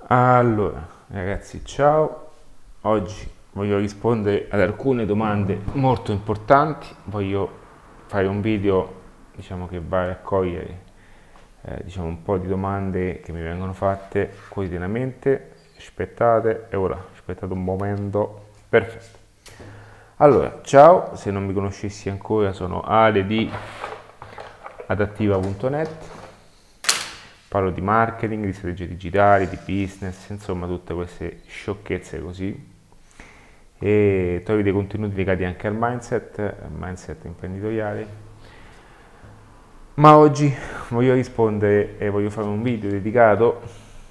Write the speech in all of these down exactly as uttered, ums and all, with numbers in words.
Allora, ragazzi, ciao. Oggi voglio rispondere ad alcune domande molto importanti. Voglio fare un video, diciamo, che va a raccogliere, eh, diciamo, un po' di domande che mi vengono fatte quotidianamente. Aspettate, e ora, aspettate un momento. Perfetto. Allora, ciao, se non mi conoscessi ancora, sono Ale di adattiva punto net. Parlo di marketing, di strategie digitali, di business, insomma tutte queste sciocchezze così. E trovi dei contenuti legati anche al mindset, al mindset imprenditoriale. Ma oggi voglio rispondere e voglio fare un video dedicato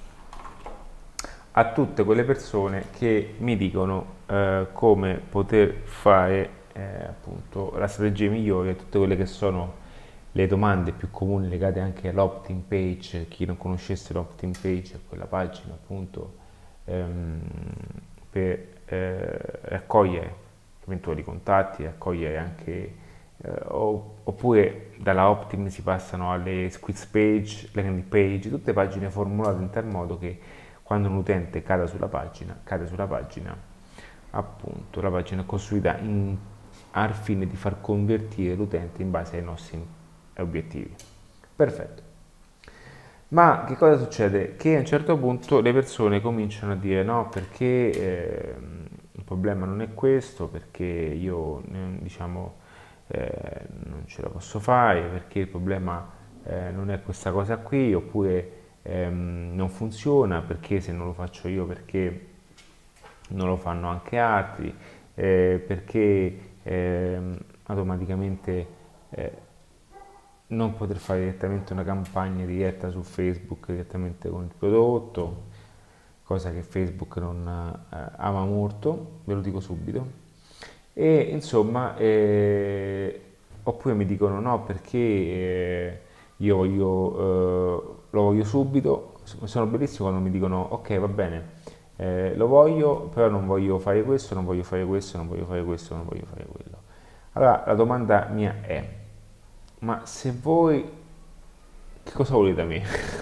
a tutte quelle persone che mi dicono eh, come poter fare eh, appunto la strategia migliore, tutte quelle che sono le domande più comuni legate anche all'opt-in page. Chi non conoscesse l'opt-in page è quella pagina appunto ehm, per eh, raccogliere eventuali contatti, raccogliere anche eh, oppure dalla opt-in si passano alle squeeze page, landing page, tutte pagine formulate in tal modo che quando un utente cade sulla pagina, cade sulla pagina, appunto, la pagina è costruita in, al fine di far convertire l'utente in base ai nostri obiettivi. Perfetto. Ma che cosa succede? Che a un certo punto le persone cominciano a dire no, perché eh, il problema non è questo, perché io diciamo eh, non ce la posso fare, perché il problema eh, non è questa cosa qui, oppure ehm, non funziona, perché se non lo faccio io, perché non lo fanno anche altri, eh, perché ehm, automaticamente eh, non poter fare direttamente una campagna diretta su Facebook direttamente con il prodotto, cosa che Facebook non eh, ama molto, ve lo dico subito. E insomma, eh, oppure mi dicono no perché eh, io voglio, eh, lo voglio subito. Sono bellissimo quando mi dicono ok, va bene, eh, lo voglio, però non voglio fare questo, non voglio fare questo, non voglio fare questo, non voglio fare quello. Allora la domanda mia è, ma se voi, che cosa volete da me?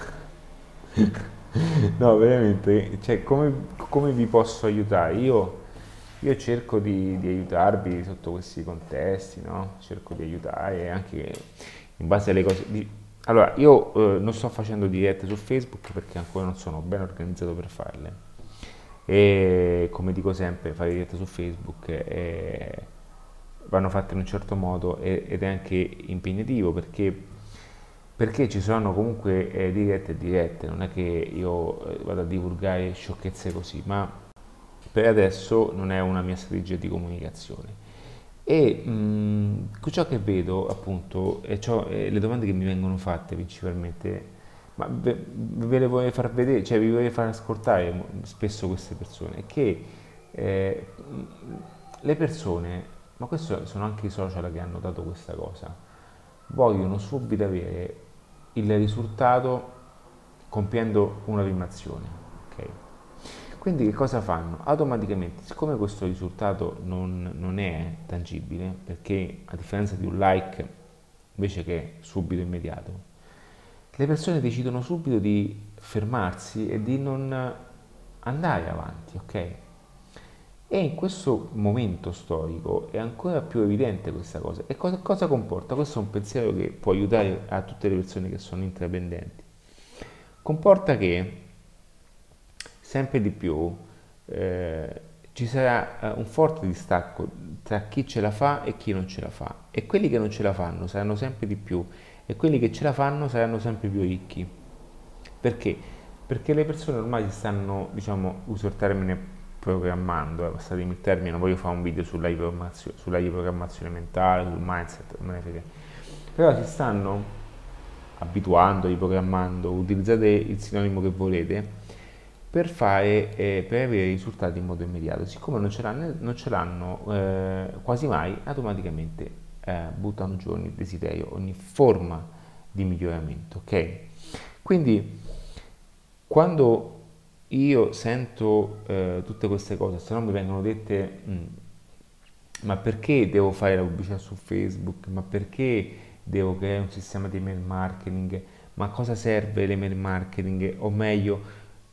No, veramente, cioè, come, come vi posso aiutare? Io, io cerco di, di aiutarvi sotto questi contesti, no? Cerco di aiutare anche in base alle cose. Di... Allora, io eh, non sto facendo dirette su Facebook perché ancora non sono ben organizzato per farle. E come dico sempre, fare dirette su Facebook è vanno fatte in un certo modo ed è anche impegnativo perché, perché ci sono comunque eh, dirette e dirette, non è che io eh, vado a divulgare sciocchezze così, ma per adesso non è una mia strategia di comunicazione. E mh, ciò che vedo appunto, e ciò, eh, le domande che mi vengono fatte principalmente, ma ve, ve le voglio far vedere, cioè vi voglio far ascoltare spesso queste persone, è che eh, le persone, ma questo sono anche i social che hanno dato questa cosa, vogliono subito avere il risultato compiendo una prima azione, ok? Quindi che cosa fanno? Automaticamente, siccome questo risultato non, non è tangibile, perché a differenza di un like invece che subito immediato, le persone decidono subito di fermarsi e di non andare avanti, ok? E in questo momento storico è ancora più evidente questa cosa. E cosa, cosa comporta? Questo è un pensiero che può aiutare a tutte le persone che sono intraprendenti. Comporta che sempre di più eh, ci sarà eh, un forte distacco tra chi ce la fa e chi non ce la fa. E quelli che non ce la fanno saranno sempre di più e quelli che ce la fanno saranno sempre più ricchi. Perché? Perché le persone ormai si stanno, diciamo, uso il termine programmando, eh, passatemi il termine, non voglio fare un video sulla riprogrammazione, sulla riprogrammazione mentale, sul mindset, non me ne frega. Però si stanno abituando, riprogrammando, utilizzate il sinonimo che volete, per fare, eh, per avere risultati in modo immediato. Siccome non ce l'hanno, non ce l'hanno eh, quasi mai, automaticamente eh, buttano giù ogni desiderio, ogni forma di miglioramento, ok? Quindi quando io sento eh, tutte queste cose, se no mi vengono dette, "Mm, ma perché devo fare la pubblicità su Facebook? Ma perché devo creare un sistema di email marketing? Ma a cosa serve l'email marketing? O meglio,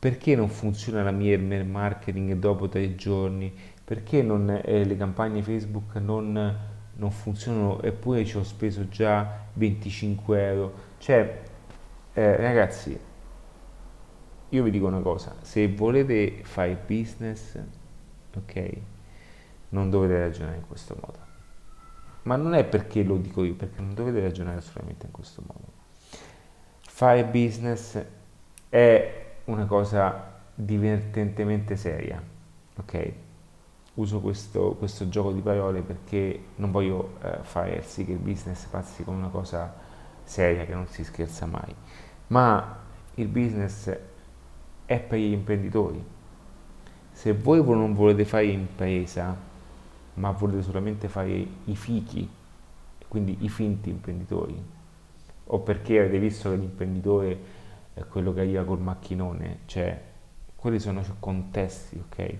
perché non funziona la mia email marketing dopo tre giorni, perché non, eh, le campagne Facebook non, non funzionano eppure ci ho speso già venticinque euro. Cioè, eh, ragazzi, io vi dico una cosa, se volete fare business, ok, non dovete ragionare in questo modo. Ma non è perché lo dico io, perché non dovete ragionare assolutamente in questo modo. Fare business è una cosa divertentemente seria, ok? Uso questo, questo gioco di parole perché non voglio eh, fare sì che il business passi come una cosa seria, che non si scherza mai, ma il business è per gli imprenditori. Se voi non volete fare impresa, ma volete solamente fare i fichi, quindi i finti imprenditori, o perché avete visto che l'imprenditore è quello che arriva col macchinone, cioè quelli sono contesti, ok?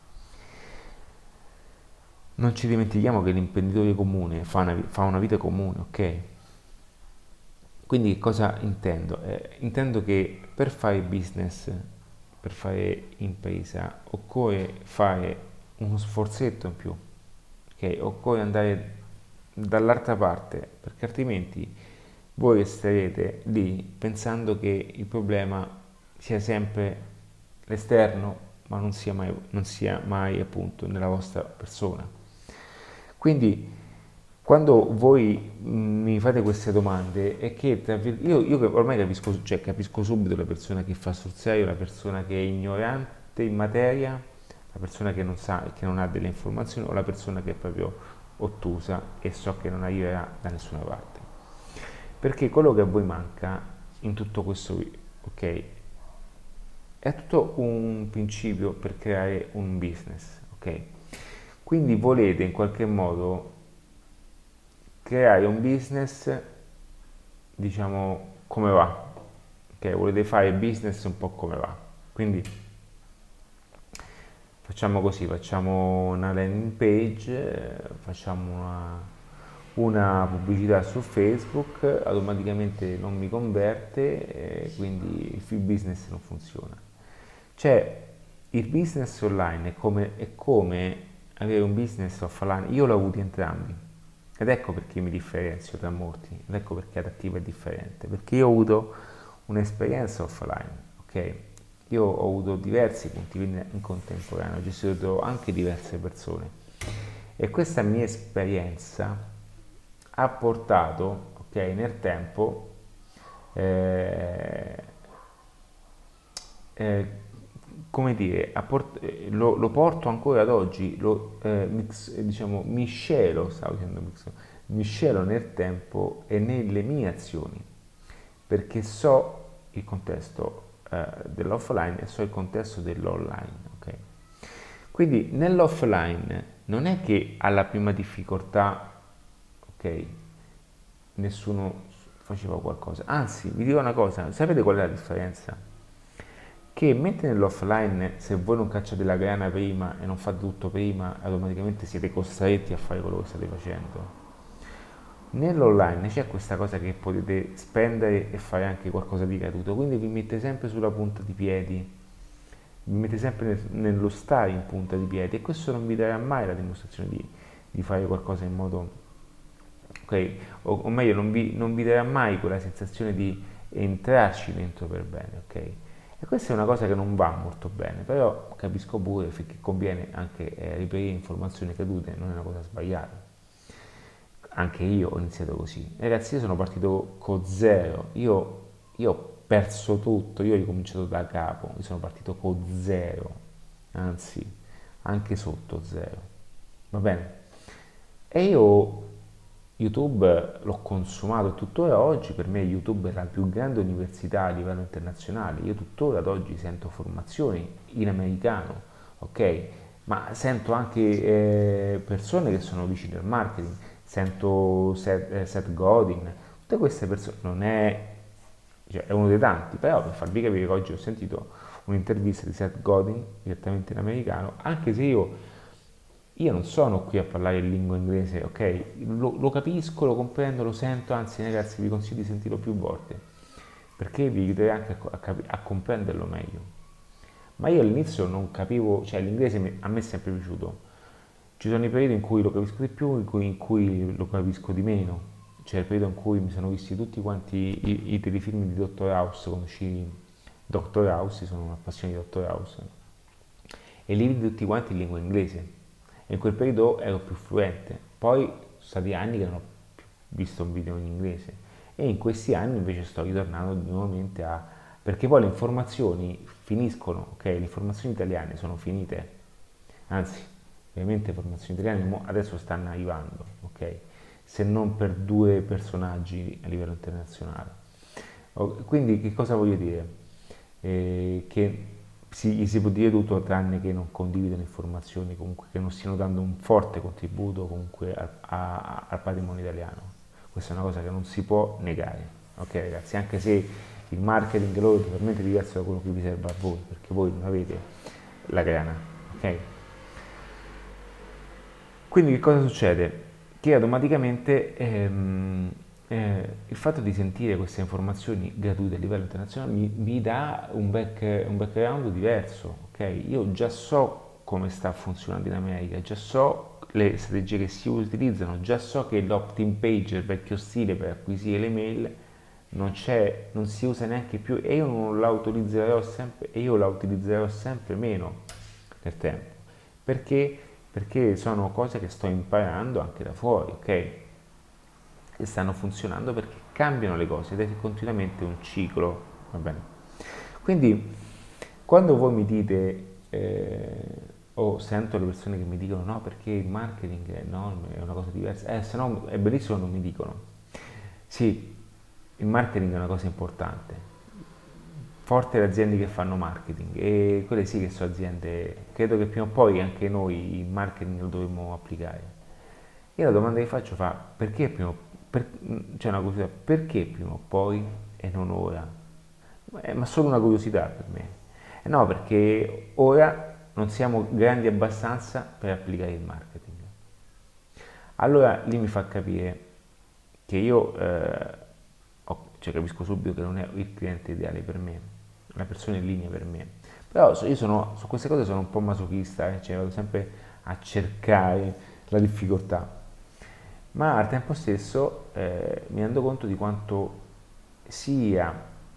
Non ci dimentichiamo che l'imprenditore comune fa una, fa una vita comune, ok? Quindi che cosa intendo? Eh, intendo che per fare business, per fare impresa, occorre fare uno sforzetto in più, ok? Occorre andare dall'altra parte, perché altrimenti voi resterete lì pensando che il problema sia sempre l'esterno, ma non sia mai, non sia mai appunto nella vostra persona. Quindi quando voi mi fate queste domande è che tra vir- io, io ormai capisco, cioè, capisco subito la persona che fa sul serio, la persona che è ignorante in materia, la persona che non sa e che non ha delle informazioni o la persona che è proprio ottusa e so che non arriverà da nessuna parte. Perché quello che a voi manca in tutto questo, ok, è tutto un principio per creare un business, ok? Quindi volete in qualche modo creare un business, diciamo, come va, ok? Volete fare business un po' come va. Quindi facciamo così, facciamo una landing page, eh, facciamo una, una pubblicità su Facebook, automaticamente non mi converte, eh, quindi il business non funziona. Cioè, il business online è come, è come avere un business offline. Io l'ho avuti entrambi ed ecco perché mi differenzio tra molti, ed ecco perché Adattiva è differente, perché io ho avuto un'esperienza offline, ok? Io ho avuto diversi punti in contemporanea, ho gestito anche diverse persone e questa mia esperienza ha portato, ok, nel tempo eh, eh, come dire, apport- eh, lo, lo porto ancora ad oggi, lo eh, mix- eh, diciamo, miscelo, stavo dicendo mix, miscelo nel tempo e nelle mie azioni, perché so il contesto eh, dell'offline e so il contesto dell'online, ok? Quindi nell'offline non è che alla prima difficoltà, ok, nessuno faceva qualcosa, anzi vi dico una cosa, sapete qual è la differenza? Che mentre nell'offline se voi non cacciate la grana prima e non fate tutto prima, automaticamente siete costretti a fare quello che state facendo. Nell'online c'è questa cosa che potete spendere e fare anche qualcosa di gratuito, quindi vi mette sempre sulla punta di piedi, vi mette sempre nel- nello stare in punta di piedi e questo non vi darà mai la dimostrazione di, di fare qualcosa in modo, ok, o, o meglio non vi, non vi darà mai quella sensazione di entrarci dentro per bene, ok? E questa è una cosa che non va molto bene, però capisco pure che conviene anche eh, reperire informazioni cadute, non è una cosa sbagliata. Anche io ho iniziato così. Ragazzi, io sono partito con zero, io, io ho perso tutto, io ho ricominciato da capo, io sono partito con zero, anzi, anche sotto zero. Va bene? E io YouTube l'ho consumato e tuttora oggi per me YouTube è la più grande università a livello internazionale. Io tuttora ad oggi sento formazioni in americano, ok? Ma sento anche eh, persone che sono vicine al marketing, sento Seth, eh, Seth Godin, tutte queste persone, non è, cioè, è uno dei tanti, però per farvi capire che oggi ho sentito un'intervista di Seth Godin direttamente in americano, anche se io io non sono qui a parlare in lingua inglese, ok? Lo, lo capisco, lo comprendo, lo sento, anzi ragazzi vi consiglio di sentirlo più volte, perché vi aiuterà anche a, a capi- a comprenderlo meglio. ma io all'inizio non capivo, cioè l'inglese mi- a me è sempre piaciuto. Ci sono i periodi in cui lo capisco di più, in cui, in cui lo capisco di meno. C'è il periodo in cui mi sono visti tutti quanti i, i telefilm di Doctor House, conosci Doctor House, io sono un appassionato di Doctor House, e li vidi tutti quanti in lingua inglese. E in quel periodo ero più fluente. Poi sono stati anni che non ho più visto un video in inglese. E in questi anni invece sto ritornando nuovamente a... perché poi le informazioni finiscono, ok? Le informazioni italiane sono finite, anzi, ovviamente le informazioni italiane mo- adesso stanno arrivando, ok? Se non per due personaggi a livello internazionale. O- Quindi che cosa voglio dire? Eh, che si, gli si può dire tutto tranne che non condividono informazioni, comunque che non stiano dando un forte contributo comunque al, a- al patrimonio italiano. Questa è una cosa che non si può negare, ok ragazzi? Anche se il marketing loro è totalmente diverso da quello che vi serve a voi, perché voi non avete la grana, ok? Quindi che cosa succede? Che automaticamente ehm, eh, il fatto di sentire queste informazioni gratuite a livello internazionale mi, mi dà un, back- un background diverso, ok? Io già so come sta funzionando in America, già so le strategie che si utilizzano, già so che l'opt-in page, il vecchio stile per acquisire le mail, non c'è, non si usa neanche più e io non la utilizzerò sempre, e io la utilizzerò sempre meno nel tempo. Perché? Perché sono cose che sto imparando anche da fuori, ok? E stanno funzionando perché cambiano le cose ed è continuamente un ciclo, va bene? Quindi, quando voi mi dite, eh, o sento le persone che mi dicono no, perché il marketing è enorme, è una cosa diversa, eh, se no è bellissimo, non mi dicono. Sì, il marketing è una cosa importante, forti le aziende che fanno marketing e quelle sì che sono aziende, credo che prima o poi anche noi il marketing lo dovremmo applicare. Io la domanda che faccio fa, perché prima, per, c'è una curiosità, perché prima o poi e non ora? Eh, ma solo una curiosità per me. Eh no, perché ora non siamo grandi abbastanza per applicare il marketing. Allora lì mi fa capire che io eh, ho- cioè, capisco subito che non è il cliente ideale per me, la persona in linea per me. Però so- io sono, su queste cose sono un po' masochista, eh, cioè vado sempre a cercare la difficoltà. Ma al tempo stesso eh, mi rendo conto di quanto sia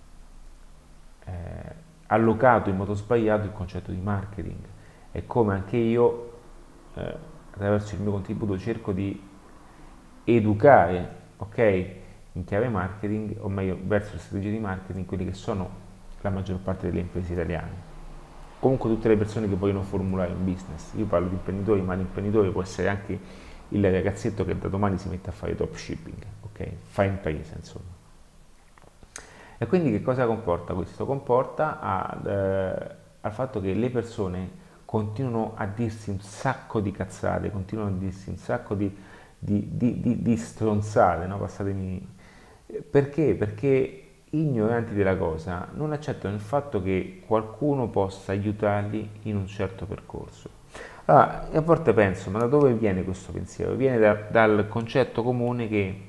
eh, allocato in modo sbagliato il concetto di marketing e come anche io eh, attraverso il mio contributo cerco di educare, ok, in chiave marketing, o meglio verso le strategie di marketing, quelli che sono la maggior parte delle imprese italiane. Comunque tutte le persone che vogliono formulare un business. Io parlo di imprenditori, ma l'imprenditore può essere anche il ragazzetto che da domani si mette a fare dropshipping, ok? Fa impresa, insomma. E quindi che cosa comporta questo? Comporta ad, eh, al fatto che le persone continuano a dirsi un sacco di cazzate, continuano a dirsi un sacco di, di, di, di, di stronzate, no? Passatemi. Perché? Perché ignoranti della cosa non accettano il fatto che qualcuno possa aiutarli in un certo percorso. Allora, a volte penso, ma da dove viene questo pensiero? Viene da- dal concetto comune che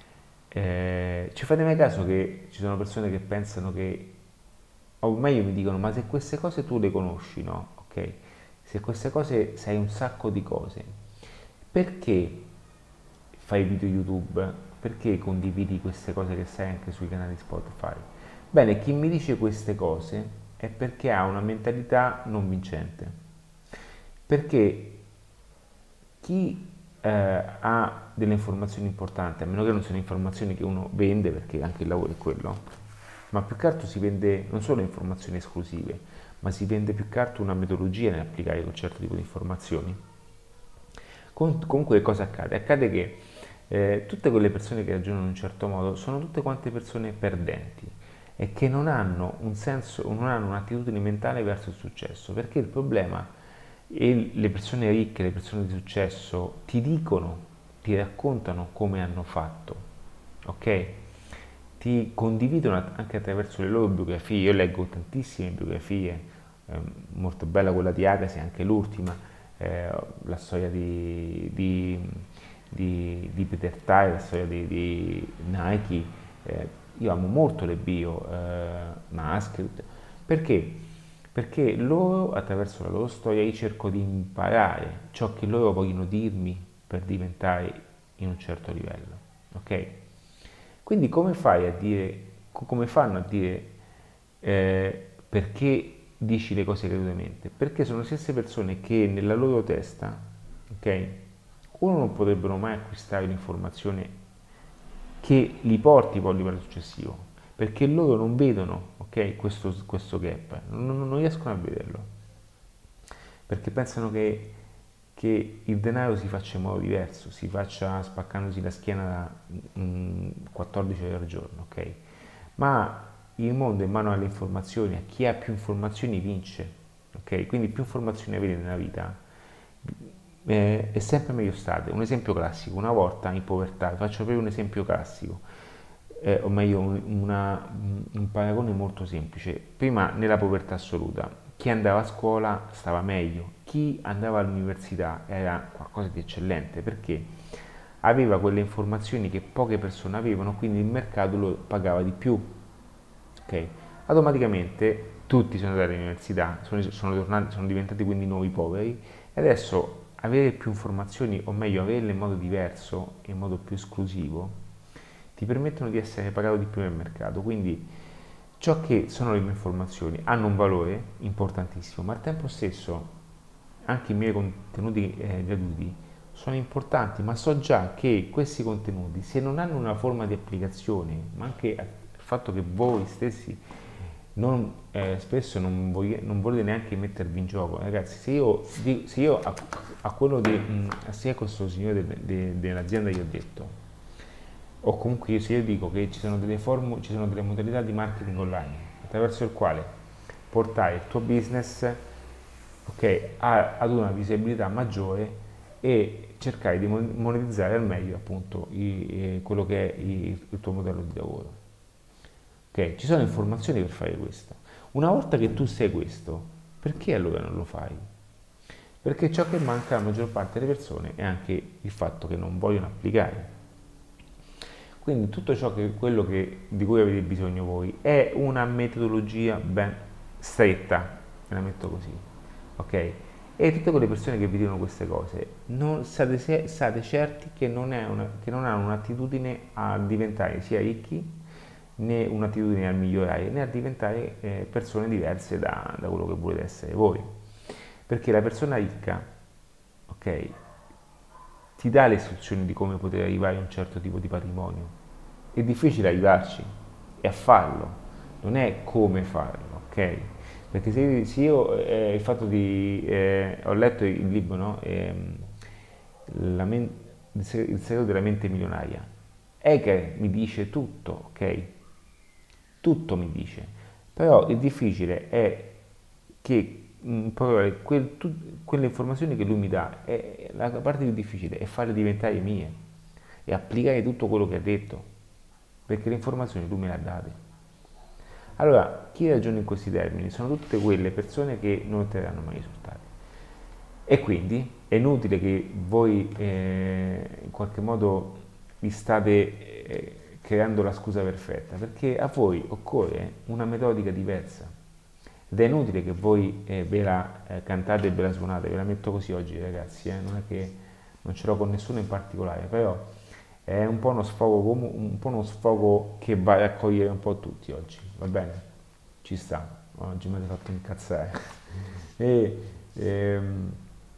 eh, ci fate mai caso che ci sono persone che pensano che, o meglio mi dicono, ma se queste cose tu le conosci, no? Ok? Se queste cose sai un sacco di cose, perché fai video YouTube? Perché condividi queste cose che sai anche sui canali Spotify? Bene, chi mi dice queste cose è perché ha una mentalità non vincente. Perché chi eh, ha delle informazioni importanti, a meno che non siano informazioni che uno vende, perché anche il lavoro è quello, ma più che altro si vende non solo informazioni esclusive, ma si vende più che altro una metodologia nell'applicare un certo tipo di informazioni. Com- comunque cosa accade? Accade che eh, tutte quelle persone che ragionano in un certo modo sono tutte quante persone perdenti e che non hanno un senso, non hanno un'attitudine mentale verso il successo, perché il problema e le persone ricche, le persone di successo ti dicono, ti raccontano come hanno fatto, ok? Ti condividono anche attraverso le loro biografie. Io leggo tantissime biografie, eh, molto bella quella di Agassi, anche l'ultima, eh, la storia di, di, di, di Peter Thiel, la storia di, di Nike. Eh, io amo molto le bio, eh, Musk, perché? perché loro, attraverso la loro storia, io cerco di imparare ciò che loro vogliono dirmi per diventare in un certo livello, ok? Quindi come fai a dire, come fanno a dire eh, perché dici le cose gratuitamente? Perché sono le stesse persone che nella loro testa, ok? Uno non potrebbero mai acquistare un'informazione che li porti poi al livello successivo, perché loro non vedono, ok, questo, questo gap, non, non riescono a vederlo, perché pensano che, che il denaro si faccia in modo diverso, si faccia spaccandosi la schiena mm, quattordici ore al giorno, ok? Ma il mondo è in mano alle informazioni, a chi ha più informazioni vince, ok? Quindi più informazioni avete nella vita, eh, è sempre meglio state. Un esempio classico, una volta in povertà, vi faccio proprio un esempio classico, eh, o meglio un, una- un paragone molto semplice. Prima nella povertà assoluta, chi andava a scuola stava meglio, chi andava all'università era qualcosa di eccellente perché aveva quelle informazioni che poche persone avevano, quindi il mercato lo pagava di più. Ok? Automaticamente tutti sono andati all'università, sono, sono tornati, sono diventati quindi nuovi poveri e adesso avere più informazioni, o meglio averle in modo diverso e in modo più esclusivo, ti permettono di essere pagato di più nel mercato. Quindi ciò che sono le mie informazioni hanno un valore importantissimo, ma al tempo stesso anche i miei contenuti eh, gratuiti sono importanti, ma so già che questi contenuti, se non hanno una forma di applicazione, ma anche il fatto che voi stessi non, eh, spesso non, voglia- non volete neanche mettervi in gioco, ragazzi, se io, di- se io a, a quello di, mh, sia questo signore de- de- dell'azienda gli ho detto, o comunque io, se io dico che ci sono delle formu- ci sono delle modalità di marketing online attraverso il quale portare il tuo business, ok, a- ad una visibilità maggiore e cercare di mon- monetizzare al meglio appunto i- eh, quello che è i- il tuo modello di lavoro. Ok, ci sono informazioni per fare questo. Una volta che tu sai questo, perché allora non lo fai? Perché ciò che manca alla maggior parte delle persone è anche il fatto che non vogliono applicare. Quindi tutto ciò che quello che, di cui avete bisogno voi è una metodologia ben stretta, me la metto così, ok? E tutte quelle persone che vi dicono queste cose, non, state, se- state certi che non, è una, che non hanno un'attitudine a diventare sia ricchi, né un'attitudine a migliorare, né a diventare eh, persone diverse da, da quello che volete essere voi. Perché la persona ricca, ok, ti dà le istruzioni di come poter arrivare a un certo tipo di patrimonio. È difficile arrivarci e a farlo, non è come farlo, ok? Perché se, se io eh, il fatto di eh, ho letto il libro, no? Ehm, la men- il se- il segreto della mente milionaria. Eker mi dice tutto, ok? Tutto mi dice, però il difficile è che mh, proprio quel- tu- quelle informazioni che lui mi dà, è, la parte più difficile è farle diventare mie e applicare tutto quello che ha detto, perché le informazioni lui me le ha date. Allora, chi ragiona in questi termini sono tutte quelle persone che non otterranno mai risultati. E quindi è inutile che voi eh, in qualche modo vi state eh, creando la scusa perfetta, perché a voi occorre una metodica diversa. Ed è inutile che voi eh, ve la eh, cantate e ve la suonate, ve la metto così oggi ragazzi, eh, non è che non ce l'ho con nessuno in particolare, però è un po' uno sfogo, comu- un po' uno sfogo che va a raccogliere un po' tutti oggi, va bene? Ci sta, oggi mi avete fatto incazzare. E, ehm,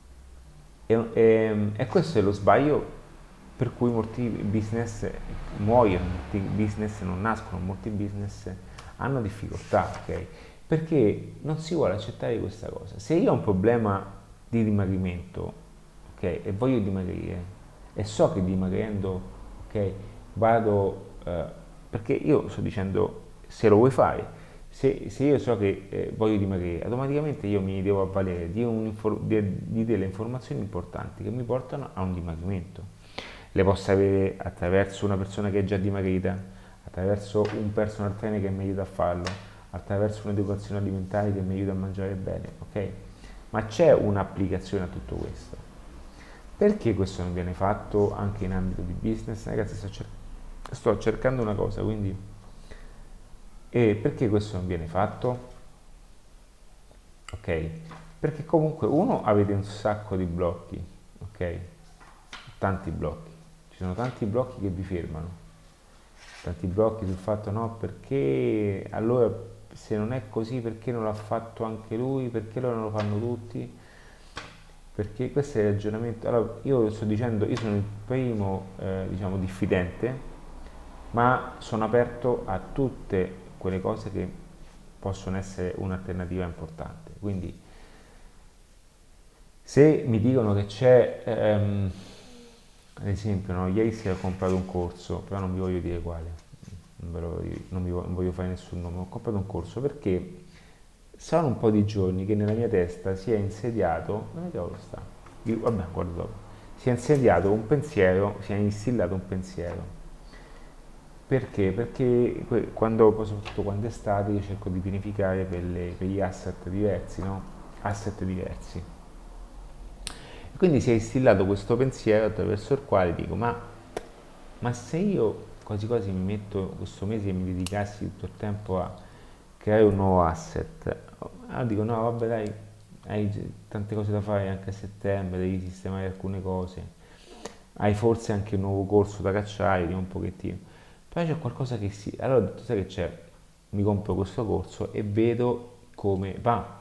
e, e- e questo è lo sbaglio per cui molti business muoiono, molti business non nascono, molti business hanno difficoltà, ok? Perché non si vuole accettare questa cosa. Se io ho un problema di dimagrimento, ok, e voglio dimagrire, e so che dimagrendo, ok, vado, eh, perché io sto dicendo se lo vuoi fare, se, se io so che eh, voglio dimagrire, automaticamente io mi devo avvalere di, un infor- di- di delle informazioni importanti che mi portano a un dimagrimento. Le posso avere attraverso una persona che è già dimagrita, attraverso un personal trainer che mi aiuta a farlo, attraverso un'educazione alimentare che mi aiuta a mangiare bene, ok? Ma c'è un'applicazione a tutto questo. Perché questo non viene fatto anche in ambito di business? Ragazzi, sto, cer- sto cercando una cosa, quindi... E perché questo non viene fatto? ok? Perché comunque uno avete un sacco di blocchi, ok? Tanti blocchi, ci sono tanti blocchi che vi fermano, tanti blocchi sul fatto no, perché allora se non è così perché non l'ha fatto anche lui, perché loro non lo fanno tutti? Perché questo è il ragionamento. Allora, io sto dicendo, io sono il primo, eh, diciamo, diffidente, ma sono aperto a tutte quelle cose che possono essere un'alternativa importante. Quindi, se mi dicono che c'è, ehm, ad esempio, no, ieri si è comprato un corso, però non vi voglio dire quale, non, ve lo voglio dire, non, vi vo- non voglio fare nessun nome, ho comprato un corso perché sono un po' di giorni che nella mia testa si è insediato, dove cavolo sta? Io- vabbè, guardo dopo. Si è insediato un pensiero, si è instillato un pensiero. Perché? Perché que- quando, poi soprattutto quando è estate, io cerco di pianificare per, le- per gli asset diversi, no? Asset diversi. E quindi si è instillato questo pensiero attraverso il quale dico, ma, ma se io quasi quasi mi metto questo mese e mi dedicassi tutto il tempo a creare un nuovo asset, allora dico no, vabbè dai, hai tante cose da fare anche a settembre, devi sistemare alcune cose, hai forse anche un nuovo corso da cacciare, di un pochettino, però c'è qualcosa che sì, allora ho detto sai che c'è, mi compro questo corso e vedo come va,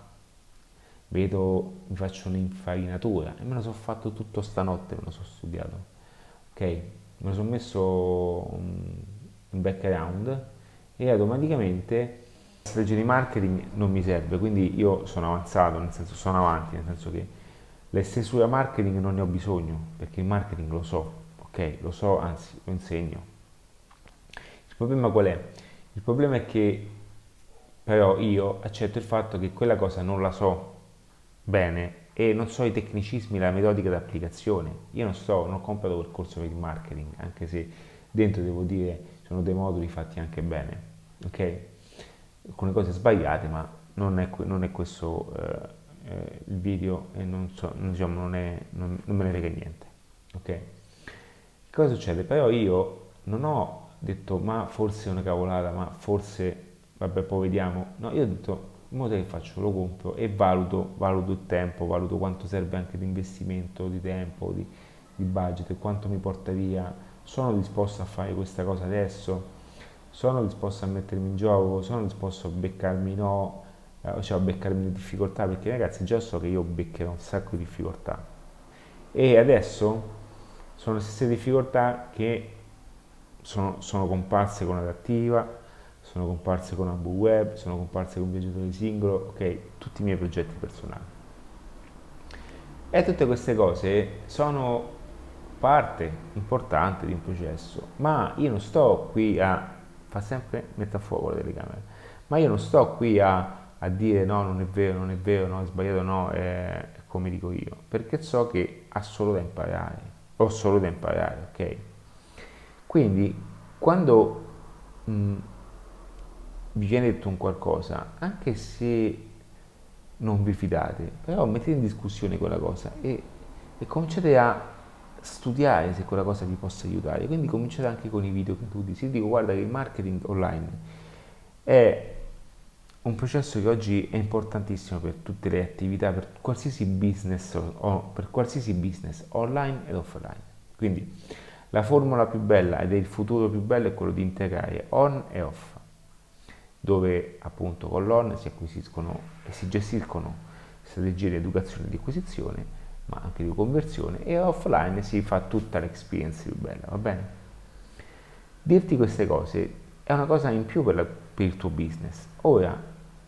vedo, mi faccio un'infarinatura e me lo sono fatto tutto stanotte, me lo sono studiato, ok? Me lo sono messo mm, in background e automaticamente la strategia di marketing non mi serve, quindi io sono avanzato, nel senso sono avanti, nel senso che le stesure marketing non ne ho bisogno, perché il marketing lo so, ok? Lo so, anzi lo insegno. Il problema qual è? Il problema è che però io accetto il fatto che quella cosa non la so bene e non so i tecnicismi, la metodica d'applicazione. Io non sto, non ho comprato quel corso per il marketing, anche se dentro devo dire sono dei moduli fatti anche bene, ok? Alcune cose sbagliate, ma non è, non è questo eh, eh, il video e non, so, diciamo, non, è, non, non me ne frega niente, ok? Cosa succede? Però io non ho detto ma forse è una cavolata, ma forse vabbè poi vediamo. No, io ho detto mo che faccio? Lo compro e valuto, valuto il tempo, valuto quanto serve anche di investimento, di tempo, di, di budget, e quanto mi porta via. Sono disposto a fare questa cosa adesso? Sono disposto a mettermi in gioco? Sono disposto a beccarmi no, eh, cioè a beccarmi le difficoltà? Perché ragazzi già so che io beccherò un sacco di difficoltà. E adesso sono le stesse difficoltà che sono, sono comparse con Adattiva, sono comparse con Ambu Web, sono comparse con Viaggiatore Singolo, ok, tutti i miei progetti personali. E tutte queste cose sono parte importante di un processo, ma io non sto qui a, fa sempre, mette a fuoco la telecamera, ma io non sto qui a, a dire no, non è vero, non è vero, no, è sbagliato, no, è come dico io, perché so che ha solo da imparare, ho solo da imparare, ok? Quindi quando mh, vi viene detto un qualcosa, anche se non vi fidate, però mettete in discussione quella cosa e, e cominciate a studiare se quella cosa vi possa aiutare. Quindi cominciate anche con i video gratuiti. Se io dico guarda che il marketing online è un processo che oggi è importantissimo per tutte le attività, per qualsiasi business o per qualsiasi business online ed offline. Quindi la formula più bella ed è il futuro più bello è quello di integrare on e off, dove appunto con l'on si acquisiscono e si gestiscono strategie di educazione e di acquisizione, ma anche di conversione, e offline si fa tutta l'experience più bella, va bene? Dirti queste cose è una cosa in più per, la- per il tuo business. Ora,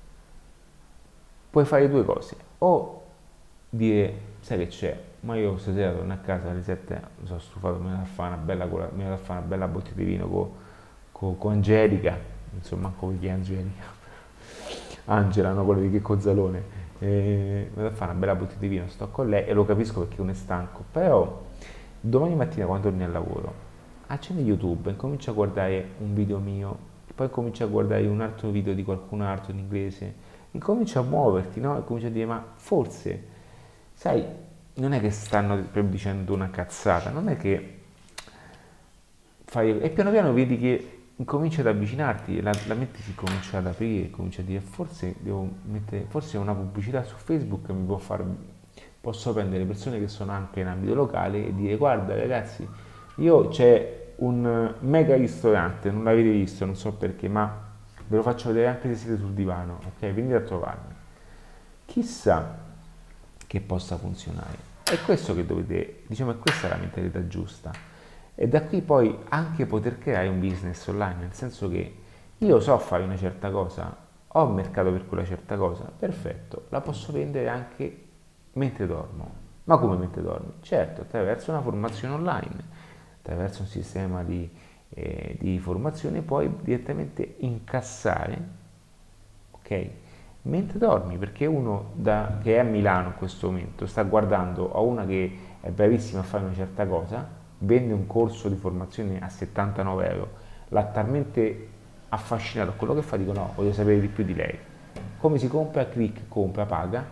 puoi fare due cose, o dire, sai che c'è, ma io stasera torno a casa alle sette, mi sono stufato, mi vado a fare una bella, cola- mi vado a fare una bella bottiglia di vino con, con, con Angelica, insomma, manco chi è Angelica, Angela, no, quello di Checco Zalone, e mi vado a fare una bella bottiglia di vino, sto con lei e lo capisco perché uno è stanco, però domani mattina quando torni al lavoro, accendi YouTube e comincia a guardare un video mio, poi comincia a guardare un altro video di qualcun altro in inglese, e comincia a muoverti, no? E comincia a dire, ma forse, sai, non è che stanno proprio dicendo una cazzata, non è che fai... E piano piano vedi che incominci ad avvicinarti, la, la mente si comincia ad aprire, comincia a dire forse devo mettere, forse una pubblicità su Facebook mi può far, posso prendere persone che sono anche in ambito locale e dire guarda ragazzi, io c'è un mega ristorante, non l'avete visto, non so perché, ma ve lo faccio vedere anche se siete sul divano, ok? Venite a trovarmi. Chissà che possa funzionare. È questo che dovete, diciamo, è questa la mentalità giusta. E da qui poi anche poter creare un business online, nel senso che io so fare una certa cosa, ho un mercato per quella certa cosa, perfetto, la posso vendere anche mentre dormo. Ma come mentre dormi? Certo, attraverso una formazione online, attraverso un sistema di, eh, di formazione puoi direttamente incassare, ok? Mentre dormi, perché uno da- che è a Milano in questo momento sta guardando a una che è bravissima a fare una certa cosa, vende un corso di formazione a settantanove euro, l'ha talmente affascinato a quello che fa, dico no, voglio sapere di più di lei. Come si compra? Click, compra, paga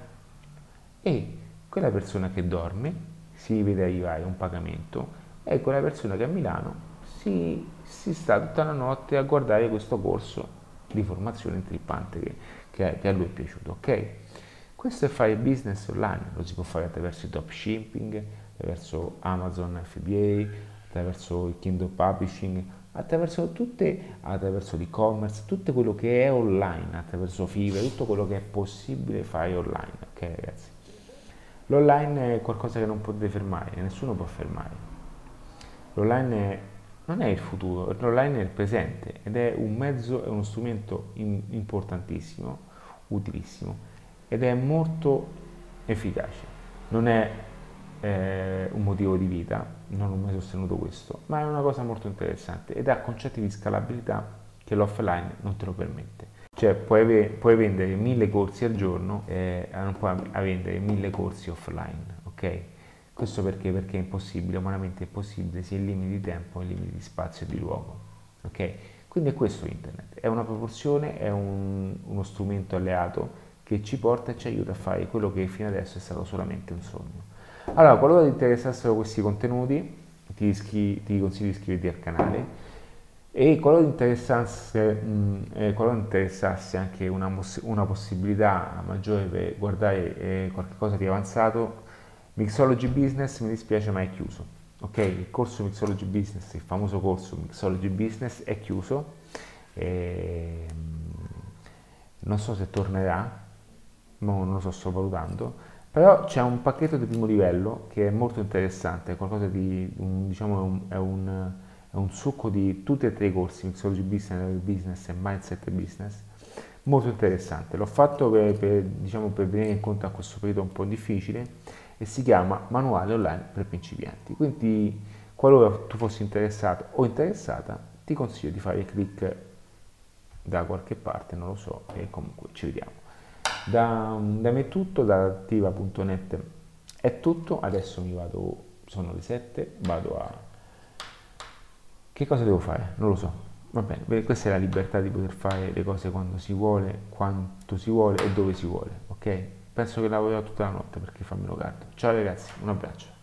e quella persona che dorme si vede arrivare un pagamento e quella persona che è a Milano si, si sta tutta la notte a guardare questo corso di formazione intrippante che, che, che a lui è piaciuto, ok? Questo è fare business online, lo si può fare attraverso il dropshipping, attraverso Amazon F B A, attraverso il Kindle Publishing, attraverso tutte, attraverso l'e-commerce, tutto quello che è online, attraverso Fiverr, tutto quello che è possibile fare online, ok ragazzi? L'online è qualcosa che non potete fermare, nessuno può fermare. L'online è- non è il futuro, l'online è il presente ed è un mezzo, è uno strumento in- importantissimo, utilissimo ed è molto efficace. Non è eh, un motivo di vita, non ho mai sostenuto questo, ma è una cosa molto interessante ed ha concetti di scalabilità che l'offline non te lo permette. Cioè puoi, ave- puoi vendere mille corsi al giorno e non puoi a- vendere mille corsi offline, ok? Questo perché? Perché è impossibile, umanamente è impossibile, sia in limiti di tempo, in limiti di spazio e di luogo, ok? Quindi è questo internet, è una proporzione, è un- uno strumento alleato che ci porta e ci aiuta a fare quello che fino adesso è stato solamente un sogno. Allora, qualora ti interessassero questi contenuti, ti, iscri- ti consiglio di iscriverti al canale e qualora ti interessasse, mh, eh, qualora ti interessasse anche una, moss- una possibilità maggiore per guardare eh, qualcosa di avanzato, Mixology Business mi dispiace ma è chiuso. Ok, il corso Mixology Business, il famoso corso Mixology Business è chiuso. E, mh, non so se tornerà, mo non lo so, sto valutando, però c'è un pacchetto di primo livello che è molto interessante, è qualcosa di, un- diciamo, è un, è un- è un succo di tutti e tre i corsi, Mixology Business, Business e Mindset Business, molto interessante. L'ho fatto per, per, diciamo, per venire incontro a questo periodo un po' difficile e si chiama Manuale Online per principianti. Quindi, qualora tu fossi interessato o interessata, ti consiglio di fare clic da qualche parte, non lo so, e comunque ci vediamo. Da, da me è tutto, da attiva punto net è tutto, adesso mi vado, sono le sette, vado a... Che cosa devo fare? Non lo so. Va bene, beh, questa è la libertà di poter fare le cose quando si vuole, quanto si vuole e dove si vuole, ok? Penso che lavorerò tutta la notte perché fa meno caldo. Ciao ragazzi, un abbraccio.